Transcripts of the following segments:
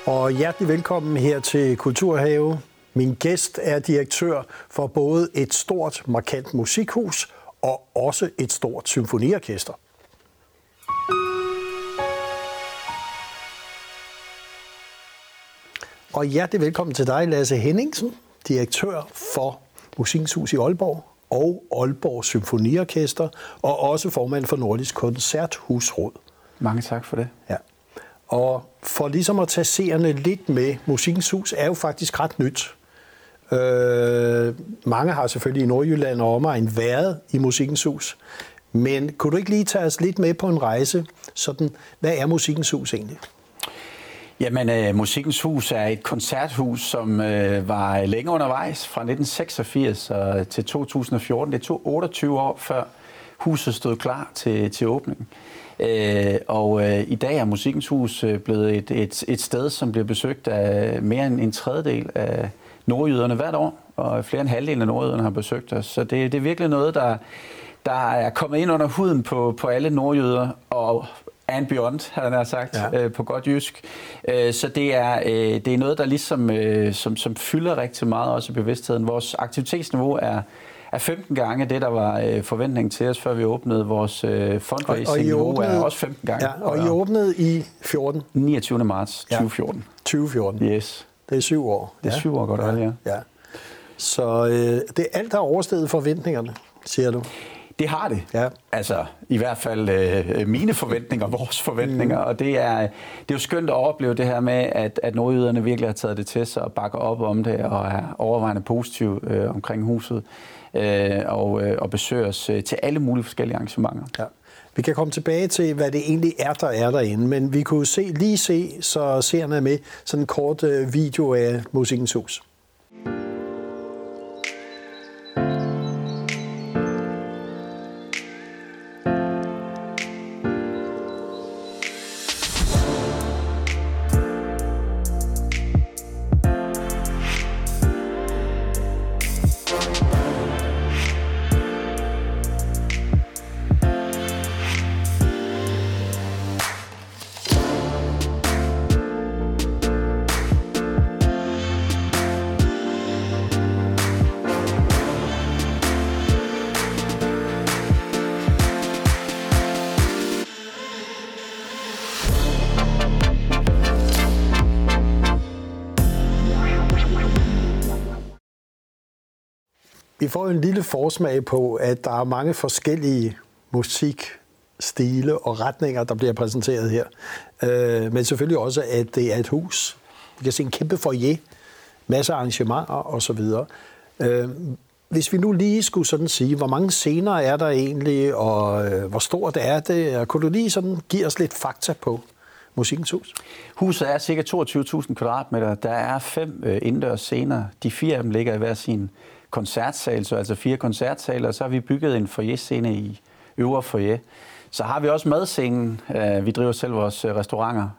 Og hjertelig velkommen her til Kulturhave. Min gæst er direktør for både et stort, markant musikhus og også et stort symfoniorkester. Og hjertelig velkommen til dig, Lasse Henningsen, direktør for Musikkens Hus i Aalborg og Aalborg Symfoniorkester, og også formand for Nordisk Koncerthusråd. Mange tak for det. Ja. Og for ligesom at tage seerne lidt med, Musikkens Hus er jo faktisk ret nyt. Mange har selvfølgelig i Nordjylland og omegn været i Musikkens Hus. Men kunne du ikke lige tage os lidt med på en rejse? Sådan, hvad er Musikkens Hus egentlig? Jamen, Musikkens Hus er et koncerthus, som var længe undervejs fra 1986 til 2014. Det tog 28 år, før huset stod klar til åbningen. I dag er Musikkens Hus blevet et sted, som bliver besøgt af mere end en tredjedel af nordjyderne hvert år, og flere end halvdelen af nordjyderne har besøgt os. Så det er virkelig noget, der er kommet ind under huden på alle nordjyder, og and beyond, havde jeg sagt, ja. På godt jysk. Så det er noget, der ligesom som fylder rigtig meget også i bevidstheden. Vores aktivitetsniveau er 15 gange det, der var forventningen til os, før vi åbnede. Vores fundraising-niveau er også 15 gange. Ja, og I åbnede i 14? 29. marts 2014. 2014? Yes. Det er 7 år. Det er 7 år godt, ja. Så det er alt, der har oversteget forventningerne, siger du? Det har det. Ja. Altså, i hvert fald mine forventninger, vores forventninger. Og det er jo skønt at opleve det her med, at nordjyderne virkelig har taget det til sig og bakker op om det og er overvejende positive omkring huset og besøger os til alle mulige forskellige arrangementer. Ja. Vi kan komme tilbage til, hvad det egentlig er derinde, men vi kunne lige se, så seerne er med, sådan en kort video af Musikkens Hus. Vi får en lille forsmag på, at der er mange forskellige musikstile og retninger, der bliver præsenteret her. Men selvfølgelig også, at det er et hus. Vi kan se en kæmpe foyer, masser af arrangementer osv. Hvis vi nu lige skulle sådan sige, hvor mange scener er der egentlig, og hvor stort er det? Kunne du lige sådan give os lidt fakta på Musikkens Hus? Huset er ca. 22.000 kvadratmeter. Der er 5 indendørs scener. De 4 af dem ligger i hver sin koncertsal, så altså 4 koncertsaler, og så har vi bygget en foyerscene i øvre foyer. Så har vi også madscenen. Vi driver selv vores restauranter,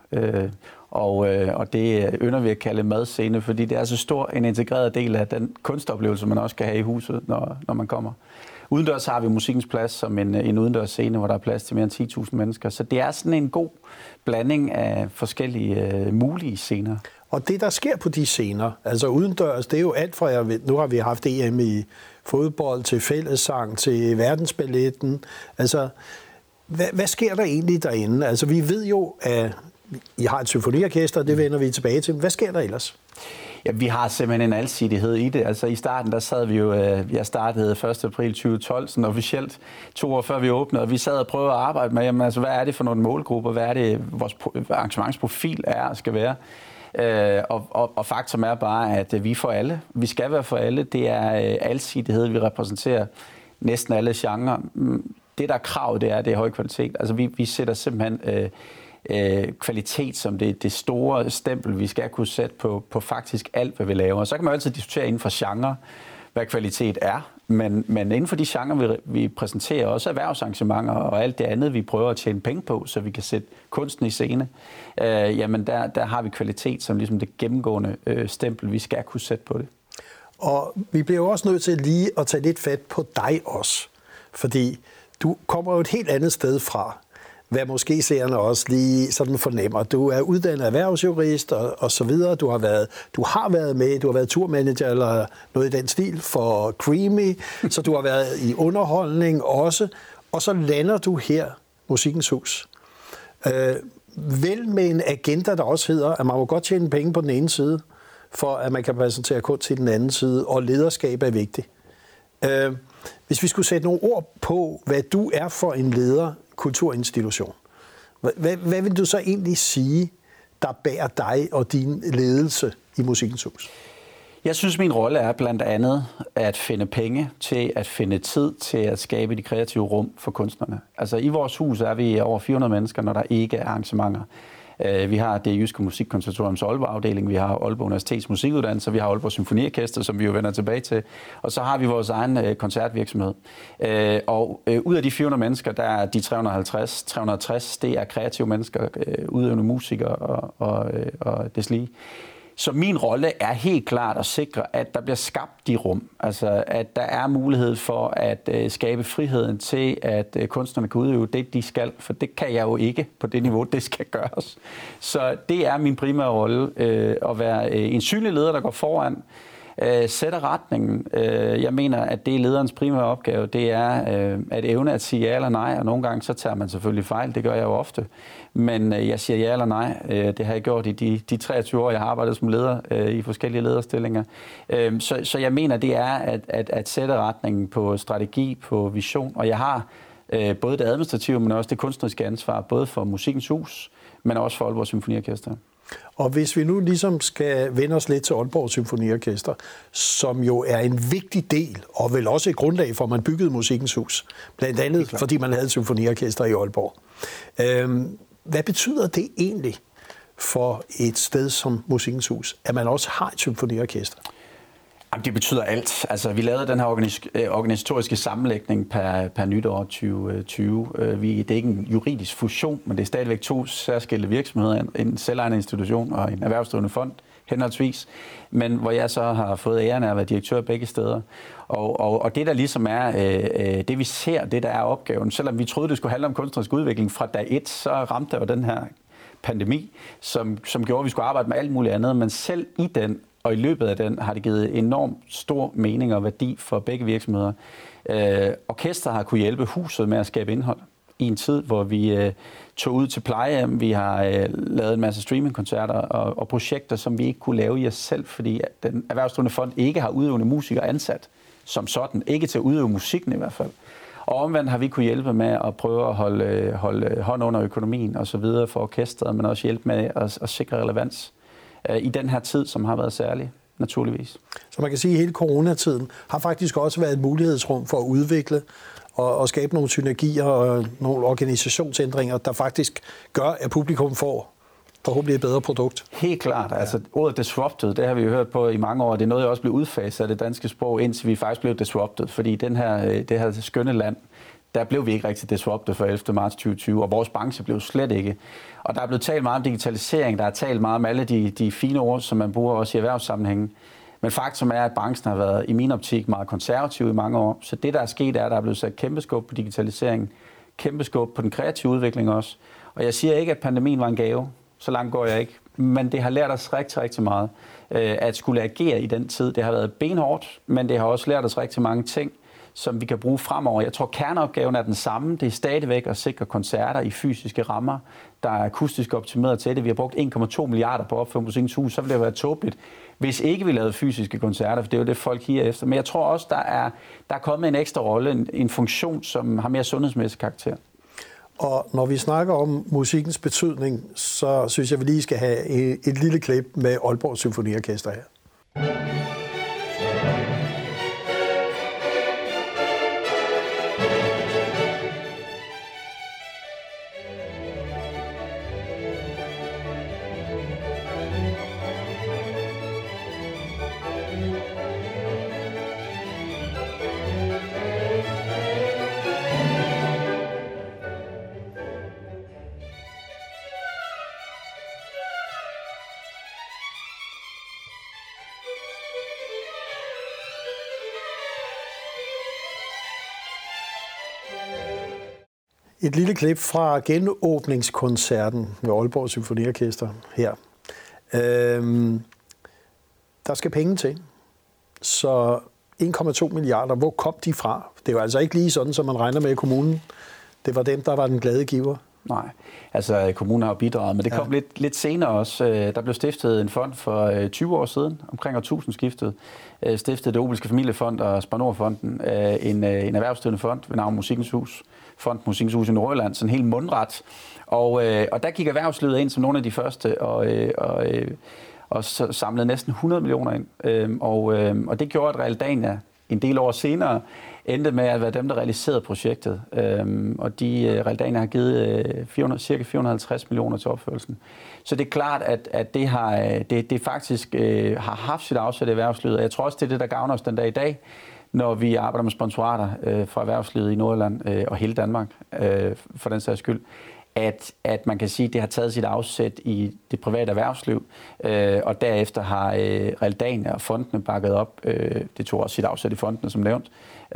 og det ynder vi at kalde madscene, fordi det er så stor en integreret del af den kunstoplevelse, man også kan have i huset, når man kommer. Udendørs har vi Musikkens Plads som en udendørs scene, hvor der er plads til mere end 10.000 mennesker. Så det er sådan en god blanding af forskellige mulige scener. Og det, der sker på de scener, altså udendørs, det er jo alt fra, nu har vi haft EM i fodbold, til fællessang, til verdensballetten. Altså, hvad sker der egentlig derinde? Altså, vi ved jo, at I har et symfoniorkester, det vender vi tilbage til. Hvad sker der ellers? Ja, vi har simpelthen en alsidighed i det. Altså i starten, der sad vi jo, jeg startede 1. april 2012, sådan officielt 2 år før vi åbnede, og vi sad og prøvede at arbejde med, jamen, altså, hvad er det for nogle målgrupper, hvad er det, vores arrangementsprofil er og skal være. Og faktum er bare, at vi er for alle. Vi skal være for alle. Det er alsidighed, vi repræsenterer næsten alle genrer. Det, der er krav, det er høj kvalitet. Altså vi sætter simpelthen kvalitet som det store stempel, vi skal kunne sætte på faktisk alt, hvad vi laver. Og så kan man jo altid diskutere inden for genre, hvad kvalitet er. Men inden for de genrer, vi præsenterer, også erhvervsarrangementer og alt det andet, vi prøver at tjene penge på, så vi kan sætte kunsten i scene, jamen der har vi kvalitet som ligesom det gennemgående stempel, vi skal kunne sætte på det. Og vi bliver jo også nødt til lige at tage lidt fat på dig også, fordi du kommer jo et helt andet sted fra. hvad måske seerne også lige sådan fornemmer. Du er uddannet erhvervsjurist og så videre. Du har været turmanager eller noget i den stil for Creamy, så du har været i underholdning også, og så lander du her, Musikkens Hus. Vel med en agenda, der også hedder, at man må godt tjene penge på den ene side, for at man kan præsentere kunst til den anden side, og lederskab er vigtigt. Hvis vi skulle sætte nogle ord på, hvad du er for en leder, kulturinstitution, hvad vil du så egentlig sige, der bærer dig og din ledelse i Musikkens Hus? Jeg synes, min rolle er blandt andet at finde penge til at finde tid til at skabe de kreative rum for kunstnerne. Altså i vores hus er vi over 400 mennesker, når der ikke er arrangementer. Vi har det jyske musikkonservatoriums Aalborg-afdeling, vi har Aalborg Universitets musikuddannelse, vi har Aalborg Symfoniorkester, som vi jo vender tilbage til, og så har vi vores egen koncertvirksomhed. Og ud af de 400 mennesker, der er de 360, det er kreative mennesker, udøvende musikere og deslige. Så min rolle er helt klart at sikre, at der bliver skabt de rum. Altså, at der er mulighed for at skabe friheden til, at kunstnerne kan udøve det, de skal. For det kan jeg jo ikke på det niveau, det skal gøres. Så det er min primære rolle, at være en synlig leder, der går foran, sætter retningen. Jeg mener, at det er lederens primære opgave, det er at evne at sige ja eller nej, og nogle gange så tager man selvfølgelig fejl, det gør jeg jo ofte. Men jeg siger ja eller nej, det har jeg gjort i de 23 år, jeg har arbejdet som leder i forskellige lederstillinger. Så jeg mener, det er at sætte retningen på strategi, på vision, og jeg har både det administrative, men også det kunstneriske ansvar, både for Musikkens Hus, men også for Aalborg Symfoniorkester. Og hvis vi nu ligesom skal vende os lidt til Aalborg Symfoniorkester, som jo er en vigtig del, og vel også et grundlag for, at man byggede Musikkens Hus, blandt andet fordi man havde et symfoniorkester i Aalborg. Hvad betyder det egentlig for et sted som Musikkens Hus, at man også har et symfoniorkester? Jamen, det betyder alt. Altså, vi lavede den her organisatoriske sammenlægning per nytår 2020. Det er ikke en juridisk fusion, men det er stadigvæk to særskilte virksomheder, en selvejende institution og en erhvervsdrivende fond, henholdsvis. Men hvor jeg så har fået æren af at være direktør begge steder. Og det, der ligesom er det, vi ser, det der er opgaven, selvom vi troede, det skulle handle om kunstnerisk udvikling fra dag 1, så ramte der jo den her pandemi, som gjorde, at vi skulle arbejde med alt muligt andet, men selv i den og i løbet af den har det givet enormt stor mening og værdi for begge virksomheder. Orkestret har kunne hjælpe huset med at skabe indhold i en tid, hvor vi tog ud til plejehjem. Vi har lavet en masse streamingkoncerter og projekter, som vi ikke kunne lave i os selv, fordi den erhvervsdrivende fond ikke har udøvende musikere ansat som sådan. Ikke til at udøve musikken i hvert fald. Og omvendt har vi kunne hjælpe med at prøve at holde hånd under økonomien og så videre for orkestret, men også hjælpe med at sikre relevans i den her tid, som har været særlig, naturligvis. Så man kan sige, at hele coronatiden har faktisk også været et mulighedsrum for at udvikle og skabe nogle synergier og nogle organisationsændringer, der faktisk gør, at publikum får forhåbentlig et bedre produkt. Helt klart. Altså, ordet disrupted, det har vi jo hørt på i mange år. Det er noget, jeg også blev udfaset af det danske sprog, indtil vi faktisk blev disrupted. Fordi det her skønne land, der blev vi ikke rigtig disrupted for 11. marts 2020, og vores branche blev slet ikke. Og der er blevet talt meget om digitalisering, der er talt meget om alle de fine ord, som man bruger også i erhvervssammenhængen. Men faktum er, at branchen har været i min optik meget konservativ i mange år. Så det, der er sket, er, at der er blevet sat kæmpe skub på digitaliseringen, kæmpe skub på den kreative udvikling også. Og jeg siger ikke, at pandemien var en gave. Så langt går jeg ikke. Men det har lært os rigtig, rigtig meget at skulle agere i den tid. Det har været benhårdt, men det har også lært os rigtig mange ting, som vi kan bruge fremover. Jeg tror, kerneopgaven er den samme. Det er stadigvæk at sikre koncerter i fysiske rammer, der er akustisk optimeret til det. Vi har brugt 1,2 milliarder på at opføre Musikkens Hus, så ville det være tåbeligt, hvis ikke vi lavede fysiske koncerter, for det er jo det, folk higer efter. Men jeg tror også, der er kommet en ekstra rolle, en funktion, som har mere sundhedsmæssig karakter. Og når vi snakker om musikkens betydning, så synes jeg, vi lige skal have et lille klip med Aalborg Symfoniorkester her. Et lille klip fra genåbningskoncerten med Aalborg Symfoniorkester her. Der skal penge til. Så 1,2 milliarder, hvor kom de fra? Det er jo altså ikke lige sådan, som man regner med i kommunen. Det var dem, der var den glade giver. Nej, altså kommunen har jo bidraget, men det kom lidt senere også. Der blev stiftet en fond for 20 år siden, omkring årtusindskiftet. Stiftede det Obelske Familiefond og Spar Nord-fonden, en erhvervsdrivende fond ved navn Musikkens Hus. Fond Musikkens Hus i Nordjylland, sådan helt mundret. Og der gik erhvervslivet ind som nogle af de første, og så samlede næsten 100 millioner ind. Og det gjorde, at Realdania en del år senere endte med at være dem, der realiserede projektet. Og Realdania har givet cirka 450 millioner til opførelsen. Så det er klart, at det faktisk har haft sit afsæt i erhvervslivet. Og jeg tror også, det er det, der gavner os den dag i dag, når vi arbejder med sponsorater fra erhvervslivet i Nordjylland og hele Danmark, for den sags skyld. At man kan sige, at det har taget sit afsæt i det private erhvervsliv, og derefter har Realdania og fondene bakket op. Det tog også sit afsæt i fondene, som nævnt,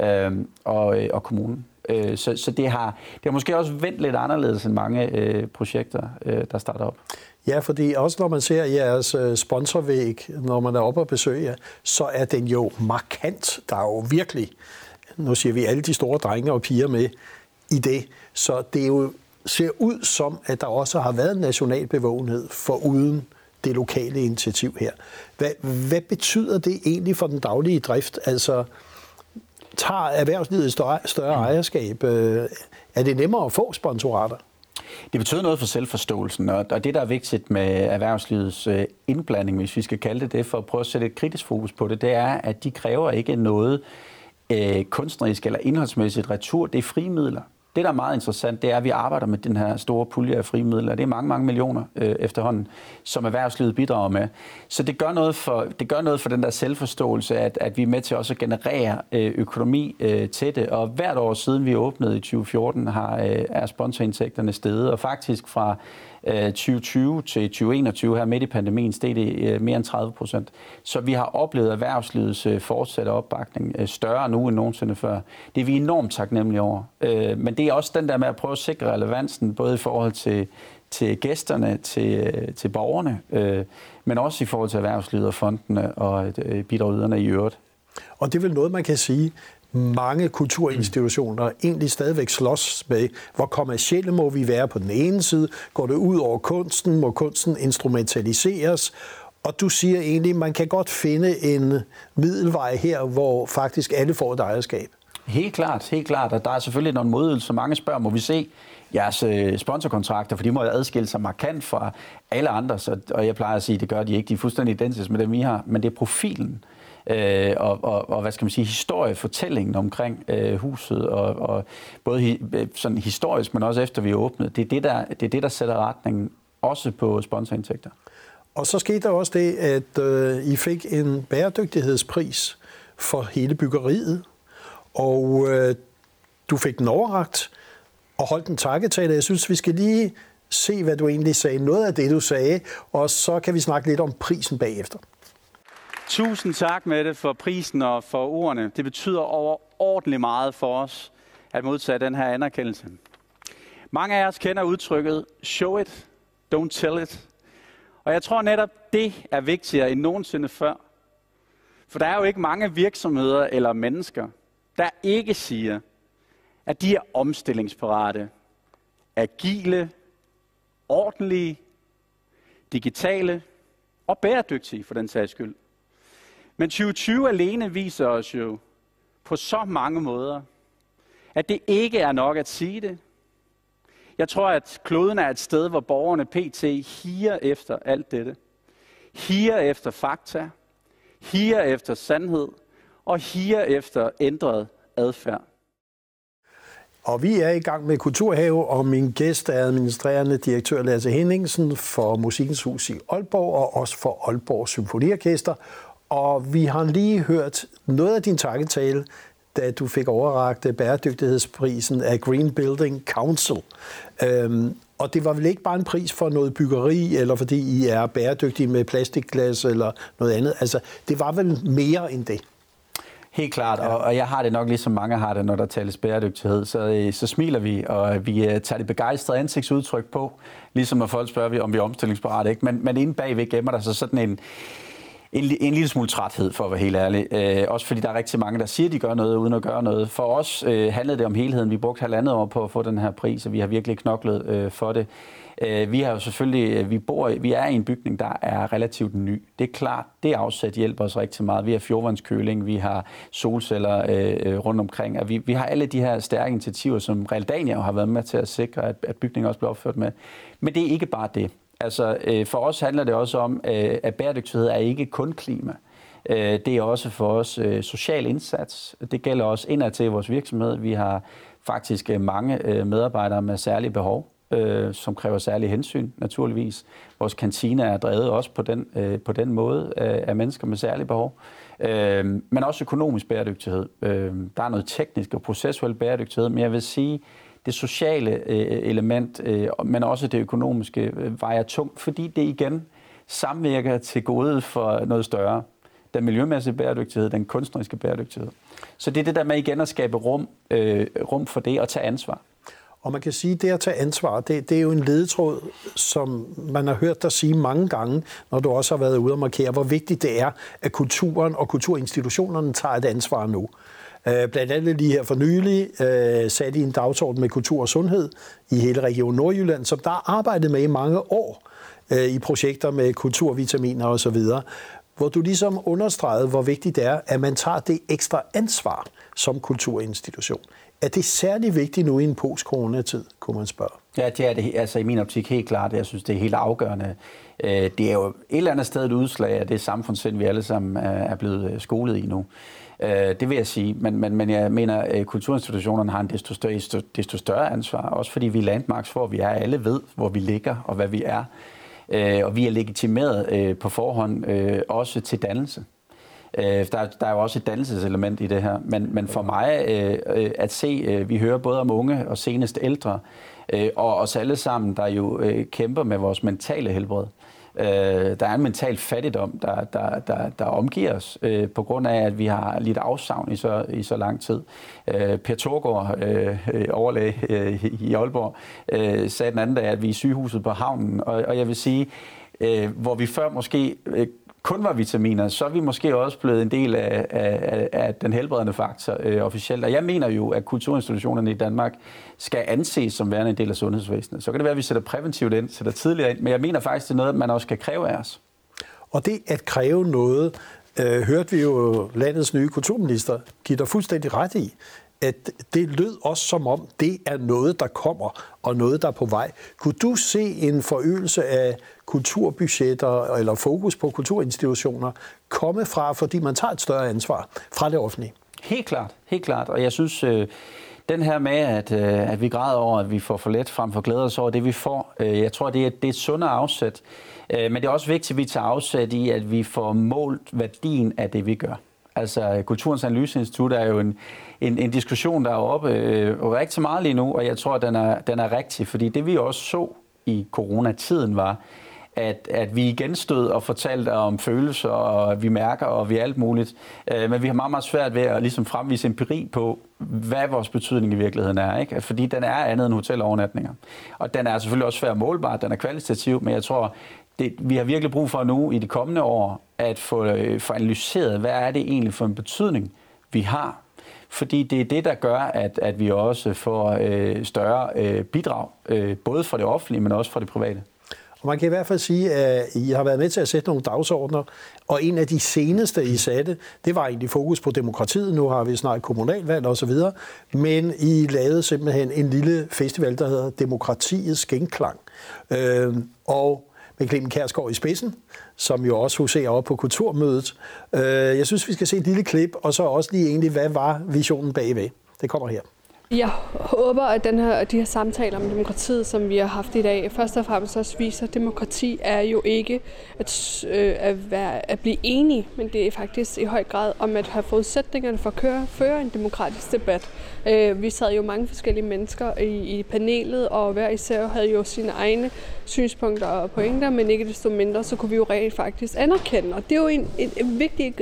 og kommunen. Så det har måske også vendt lidt anderledes end mange projekter, der starter op. Ja, fordi også når man ser jeres sponsorvæg, når man er oppe og besøger, så er den jo markant. Der er jo virkelig, nu siger vi alle de store drenge og piger med i det, så det er jo ser ud som, at der også har været en national bevågenhed foruden det lokale initiativ her. Hvad betyder det egentlig for den daglige drift? Altså, tager erhvervslivet et større ejerskab? Er det nemmere at få sponsorater? Det betyder noget for selvforståelsen, og det, der er vigtigt med erhvervslivets indblanding, hvis vi skal kalde det for at prøve at sætte et kritisk fokus på det, det er, at de kræver ikke noget kunstnerisk eller indholdsmæssigt retur. Det er frie midler. Det, der er meget interessant, det er, at vi arbejder med den her store pulje af frie midler. Det er mange, mange millioner efterhånden, som erhvervslivet bidrager med. Så det gør noget for den der selvforståelse, at vi er med til også at generere økonomi til det. Og hvert år siden vi åbnede i 2014, er sponsorindtægterne steget. Og faktisk fra 2020 til 2021, her midt i pandemien, steg det mere end 30%. Så vi har oplevet erhvervslivets fortsatte opbakning større nu end nogensinde før. Det er vi enormt taknemmelige over. Men det er også den der med at prøve at sikre relevansen, både i forhold til gæsterne, til borgerne, men også i forhold til erhvervslivet og fondene og bidragyderne i øvrigt. Og det er vel noget, man kan sige, mange kulturinstitutioner egentlig stadigvæk slås med, hvor kommercielle må vi være på den ene side, går det ud over kunsten, må kunsten instrumentaliseres, og du siger egentlig, at man kan godt finde en middelvej her, hvor faktisk alle får et ejerskab. Helt klart, og der er selvfølgelig nogle modydelser. Mange spørger, må vi se jeres sponsorkontrakter, for de må adskille sig markant fra alle andre, og jeg plejer at sige, at det gør de ikke, de er fuldstændig identiske med dem, vi har, men det er profilen. Og hvad skal man sige, historiefortællingen omkring huset, og både sådan historisk, men også efter vi åbnede. Det er det, der sætter retningen, også på sponsorindtægter. Og så skete der også det, at I fik en bæredygtighedspris for hele byggeriet, og du fik den overrakt og holdt en takketale. Jeg synes, vi skal lige se, hvad du egentlig sagde. Noget af det, du sagde, og så kan vi snakke lidt om prisen bagefter. Tusind tak, Mette, for prisen og for ordene. Det betyder overordentligt meget for os at modtage den her anerkendelse. Mange af os kender udtrykket show it, don't tell it. Og jeg tror netop, det er vigtigere end nogensinde før. For der er jo ikke mange virksomheder eller mennesker, der ikke siger, at de er omstillingsparate, agile, ordentlige, digitale og bæredygtige for den sags skyld. Men 2020 alene viser os jo på så mange måder, at det ikke er nok at sige det. Jeg tror, at kloden er et sted, hvor borgerne pt. Higer efter alt dette. Higer efter fakta, higer efter sandhed og higer efter ændret adfærd. Og vi er i gang med Kulturhave, og min gæst er administrerende direktør Lasse Henningsen for Musikkens Hus i Aalborg og også for Aalborg Symfoniorkester. Og vi har lige hørt noget af din takketale, da du fik overrakt bæredygtighedsprisen af Green Building Council. Og det var vel ikke bare en pris for noget byggeri, eller fordi I er bæredygtige med plastikglas eller noget andet. Altså, det var vel mere end det? Helt klart, og jeg har det nok ligesom mange har det, når der tales bæredygtighed. Så smiler vi, og vi tager det begejstrede ansigtsudtryk på, ligesom når folk spørger, om vi er omstillingsparate, ikke? Men inde bagved gemmer der så sådan en lille smule træthed, for at være helt ærlig. Også fordi der er rigtig mange, der siger, de gør noget, uden at gøre noget. For os handlede det om helheden. Vi brugte 1,5 år på at få den her pris, og vi har virkelig knoklet for det. Vi har jo selvfølgelig, vi er i en bygning, der er relativt ny. Det er klart, det afsæt hjælper os rigtig meget. Vi har fjordvandskøling, vi har solceller rundt omkring, og vi har alle de her stærke initiativer, som Realdania har været med til at sikre, at bygningen også bliver opført med. Men det er ikke bare det. Altså, for os handler det også om, at bæredygtighed er ikke kun klima. Det er også for os social indsats. Det gælder også indad til vores virksomhed. Vi har faktisk mange medarbejdere med særlige behov, som kræver særlig hensyn, naturligvis. Vores kantine er drevet også på den måde af mennesker med særlige behov. Men også økonomisk bæredygtighed. Der er noget teknisk og processuel bæredygtighed, men jeg vil sige, det sociale element, men også det økonomiske, vejer tungt, fordi det igen samvirker til gode for noget større. Den miljømæssige bæredygtighed, den kunstneriske bæredygtighed. Så det er det der med igen at skabe rum for det og tage ansvar. Og man kan sige, at det at tage ansvar, det er jo en ledetråd, som man har hørt dig sige mange gange, når du også har været ude og markere, hvor vigtigt det er, at kulturen og kulturinstitutionerne tager et ansvar nu. Blandt andet lige her for nylig satte I en dagsorden med kultur og sundhed i hele Region Nordjylland, som der har arbejdet med i mange år i projekter med kulturvitaminer osv., hvor du ligesom understregede, hvor vigtigt det er, at man tager det ekstra ansvar som kulturinstitution. Er det særlig vigtigt nu i en post-coronatid, kunne man spørge? Ja, det er det altså i min optik helt klart. Jeg synes, det er helt afgørende. Det er jo et eller andet sted et udslag af det samfundssind, vi alle sammen er blevet skolet i nu. Det vil jeg sige, men jeg mener, at kulturinstitutionerne har en desto større ansvar, også fordi vi er landmarks, hvor vi er. Alle ved, hvor vi ligger og hvad vi er. Og vi er legitimeret på forhånd også til dannelse. Der er jo også et dannelseselement i det her, men for mig at se, vi hører både om unge og senest ældre, og os alle sammen, der jo kæmper med vores mentale helbred. Der er en mental fattigdom, der omgiver os, på grund af, at vi har lidt afsavn i så lang tid. Per Thorgård, overlæge i Aalborg, sagde den anden dag, at vi er i sygehuset på havnen, og jeg vil sige, hvor vi før måske kun var vitaminer, så er vi måske også blevet en del af den helbredende faktor officielt. Og jeg mener jo, at kulturinstitutionerne i Danmark skal anses som værende en del af sundhedsvæsenet. Så kan det være, at vi sætter præventivt ind, sætter tidligere ind, men jeg mener faktisk, det er noget, man også skal kræve af os. Og det at kræve noget, hørte vi jo landets nye kulturminister give dig fuldstændig ret i, at det lød også som om, det er noget, der kommer, og noget, der er på vej. Kunne du se en forøgelse af kulturbudgetter eller fokus på kulturinstitutioner komme fra, fordi man tager et større ansvar fra det offentlige? Helt klart. Og jeg synes, den her med, at vi græder over, at vi får for let frem for glæder os over det, vi får, jeg tror, det er et sundere afsæt. Men det er også vigtigt, at vi tager afsæt i, at vi får målt værdien af det, vi gør. Altså, Kulturens Analyseinstitut er jo en diskussion, der er oppe rigtig meget lige nu, og jeg tror, den er rigtig, fordi det vi også så i coronatiden var, at vi igen stod og fortalte om følelser, og vi mærker, og vi er alt muligt. Men vi har meget, meget svært ved at ligesom fremvise empiri på, hvad vores betydning i virkeligheden er, ikke? Fordi den er andet end hotelovernatninger. Og den er selvfølgelig også svær målbar, den er kvalitativ, men jeg tror, vi har virkelig brug for nu i de kommende år at få analyseret, hvad er det egentlig for en betydning, vi har. Fordi det er det, der gør, at vi også får større bidrag, både fra det offentlige, men også fra det private. Og man kan i hvert fald sige, at I har været med til at sætte nogle dagsordner, og en af de seneste, I satte, det var egentlig fokus på demokratiet. Nu har vi snart kommunalvalg og så videre, men I lavede simpelthen en lille festival, der hedder Demokratiets Genklang. Og med Clemen Kjærsgaard i spidsen, som jo også huserer op på Kulturmødet. Jeg synes, vi skal se et lille klip, og så også lige egentlig, hvad var visionen bagved. Det kommer her. Jeg håber, at de her samtaler om demokratiet, som vi har haft i dag, først og fremmest også viser, at demokrati er jo ikke at blive enige, men det er faktisk i høj grad om at have forudsætningerne for at føre en demokratisk debat. Vi sad jo mange forskellige mennesker i panelet, og hver især havde jo sine egne synspunkter og pointer, men ikke desto mindre, så kunne vi jo rent faktisk anerkende. Og det er jo en vigtig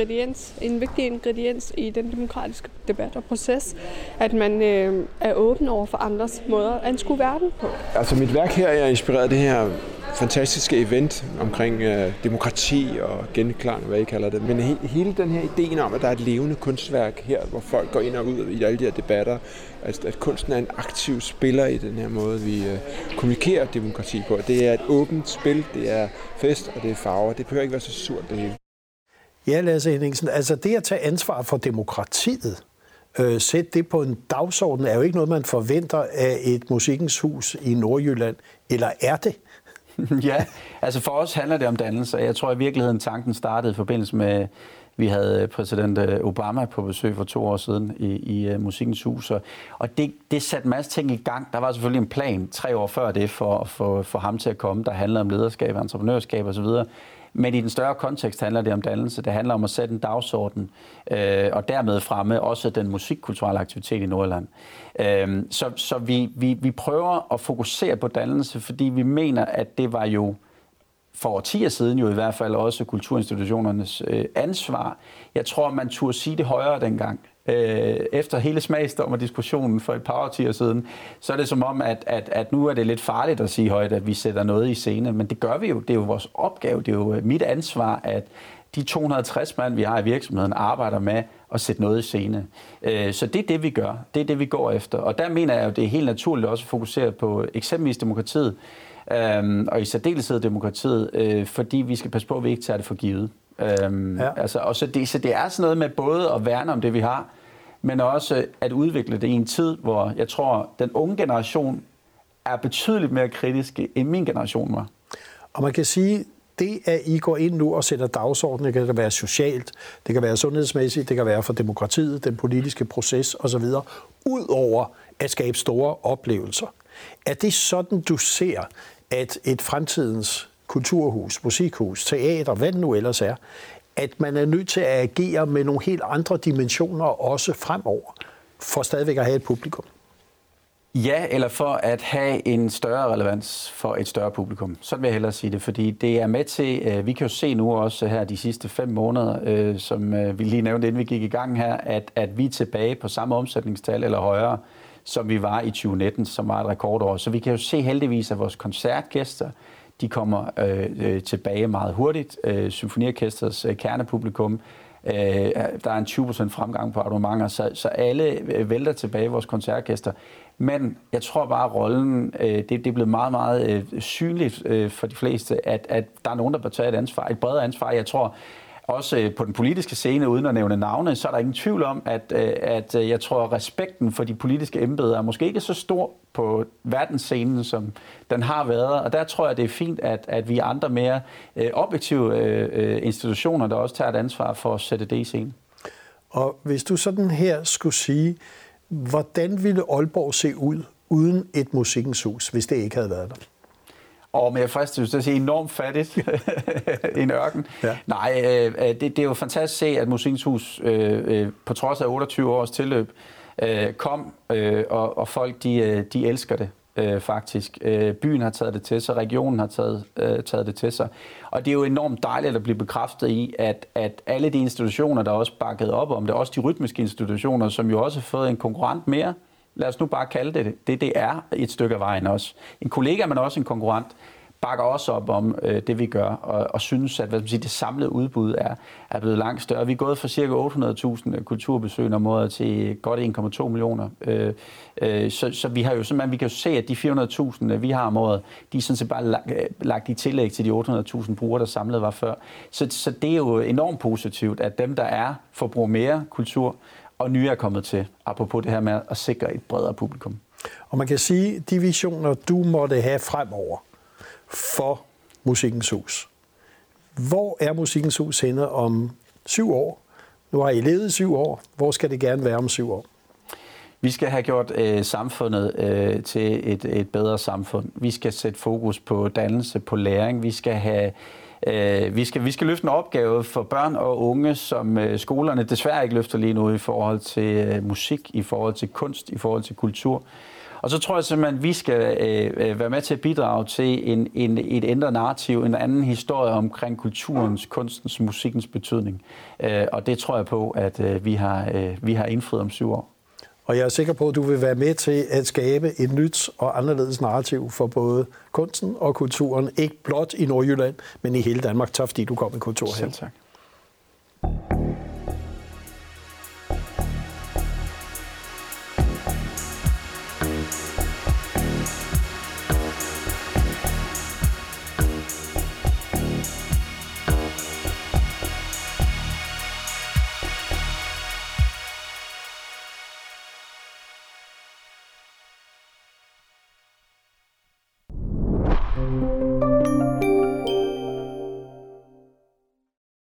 ingrediens i den demokratiske debat og proces, at man er åben over for andres måder at anskue verden på. Altså mit værk her er inspireret af det her fantastiske event omkring demokrati og genklang, hvad I kalder det. Men hele den her ideen om, at der er et levende kunstværk her, hvor folk går ind og ud i alle de her debatter, at kunsten er en aktiv spiller i den her måde, vi kommunikerer demokrati på. Det er et åbent spil, det er fest og det er farver. Det behøver ikke være så surt det hele. Ja, Lasse Henningsen, altså det at tage ansvar for demokratiet, sætte det på en dagsorden, er jo ikke noget, man forventer af et Musikkens Hus i Nordjylland. Eller er det? Ja, altså for os handler det om dannelse. Jeg tror i virkeligheden, tanken startede i forbindelse med, vi havde præsident Obama på besøg for 2 år siden i Musikkens Hus. Og det satte en masse ting i gang. Der var selvfølgelig en plan 3 år før det for at få ham til at komme, der handlede om lederskab, entreprenørskab osv. Men i den større kontekst handler det om dannelse. Det handler om at sætte en dagsorden, og dermed fremme også den musikkulturelle aktivitet i Nordjylland. Så vi prøver at fokusere på dannelse, fordi vi mener, at det var jo for årtier siden jo i hvert fald også kulturinstitutionernes ansvar. Jeg tror, man turde sige det højere dengang. Efter hele smagsdommerdiskussionen for et par årtier siden, så er det som om, at nu er det lidt farligt at sige højt, at vi sætter noget i scene. Men det gør vi jo. Det er jo vores opgave. Det er jo mit ansvar, at de 260 mand, vi har i virksomheden, arbejder med at sætte noget i scene. Så det er det, vi gør. Det er det, vi går efter. Og der mener jeg jo, det er helt naturligt også at fokusere på eksempelvis demokratiet, og i særdeleshed demokratiet, fordi vi skal passe på, at vi ikke tager det for givet. Altså, og så det er sådan noget med både at værne om det, vi har, men også at udvikle det i en tid, hvor jeg tror, den unge generation er betydeligt mere kritisk, end min generation var. Og man kan sige, det at I går ind nu og sætter dagsordenen, det kan være socialt, det kan være sundhedsmæssigt, det kan være for demokratiet, den politiske proces osv., ud over at skabe store oplevelser. Er det sådan, du ser, at et fremtidens kulturhus, musikhus, teater, hvad det nu ellers er, at man er nødt til at agere med nogle helt andre dimensioner også fremover, for stadigvæk at have et publikum? Ja, eller for at have en større relevans for et større publikum. Så vil jeg hellere sige det, fordi det er med til, vi kan jo se nu også her de sidste 5 måneder, som vi lige nævnte, inden vi gik i gang her, at vi er tilbage på samme omsætningstal eller højere, som vi var i 2019, som var et rekordår. Så vi kan jo se heldigvis, at vores koncertgæster, de kommer tilbage meget hurtigt. Symfoniorkestrets kernepublikum, der er en 20% fremgang på abonnementer, så alle vælter tilbage vores koncertgæster. Men jeg tror bare, at rollen, det er blevet meget, meget synligt for de fleste, at der er nogen, der bør tage et ansvar, et bredere ansvar. Jeg tror også på den politiske scene, uden at nævne navne, så er der ingen tvivl om, at jeg tror, at respekten for de politiske embeder er måske ikke så stor på verdensscenen, som den har været. Og der tror jeg, det er fint, at vi er andre mere objektive institutioner, der også tager et ansvar for at sætte det i scenen. Og hvis du sådan her skulle sige, hvordan ville Aalborg se ud uden et Musikkens Hus, hvis det ikke havde været der? Men jeg fristes til at sige enormt fattigt i en ørken. Ja. Nej, det er jo fantastisk at se, at Musikkens Hus på trods af 28 års tilløb kom, og folk de elsker det faktisk. Byen har taget det til sig, regionen har taget det til sig. Og det er jo enormt dejligt at blive bekræftet i, at alle de institutioner, der også bakkede op om det, også de rytmiske institutioner, som jo også har fået en konkurrent mere, lad os nu bare kalde det er et stykke af vejen også. En kollega, men også en konkurrent, bakker også op om det, vi gør, og synes, at det samlede udbud er blevet langt større. Vi er gået fra ca. 800.000 kulturbesøgende om året til godt 1,2 millioner. Så vi har jo simpelthen, vi kan jo se, at de 400.000, vi har om året, de er sådan set bare lagt i tillæg til de 800.000 brugere, der samlet var før. Så det er jo enormt positivt, at dem, der forbruger mere kultur, og nye er kommet til, apropos det her med at sikre et bredere publikum. Og man kan sige, de visioner, du måtte have fremover for Musikkens Hus. Hvor er Musikkens Hus henne om 7 år? Nu har I levet 7 år. Hvor skal det gerne være om 7 år? Vi skal have gjort samfundet til et bedre samfund. Vi skal sætte fokus på dannelse, på læring. Vi skal løfte en opgave for børn og unge, som skolerne desværre ikke løfter lige nu i forhold til musik, i forhold til kunst, i forhold til kultur. Og så tror jeg simpelthen, at vi skal være med til at bidrage til et ændret narrativ, en anden historie omkring kulturens, kunstens, musikkens betydning. Og det tror jeg på, at vi har indfriet om 7 år. Og jeg er sikker på, at du vil være med til at skabe et nyt og anderledes narrativ for både kunsten og kulturen, ikke blot i Nordjylland, men i hele Danmark. Tak fordi du kom i Kultur her. Selv tak.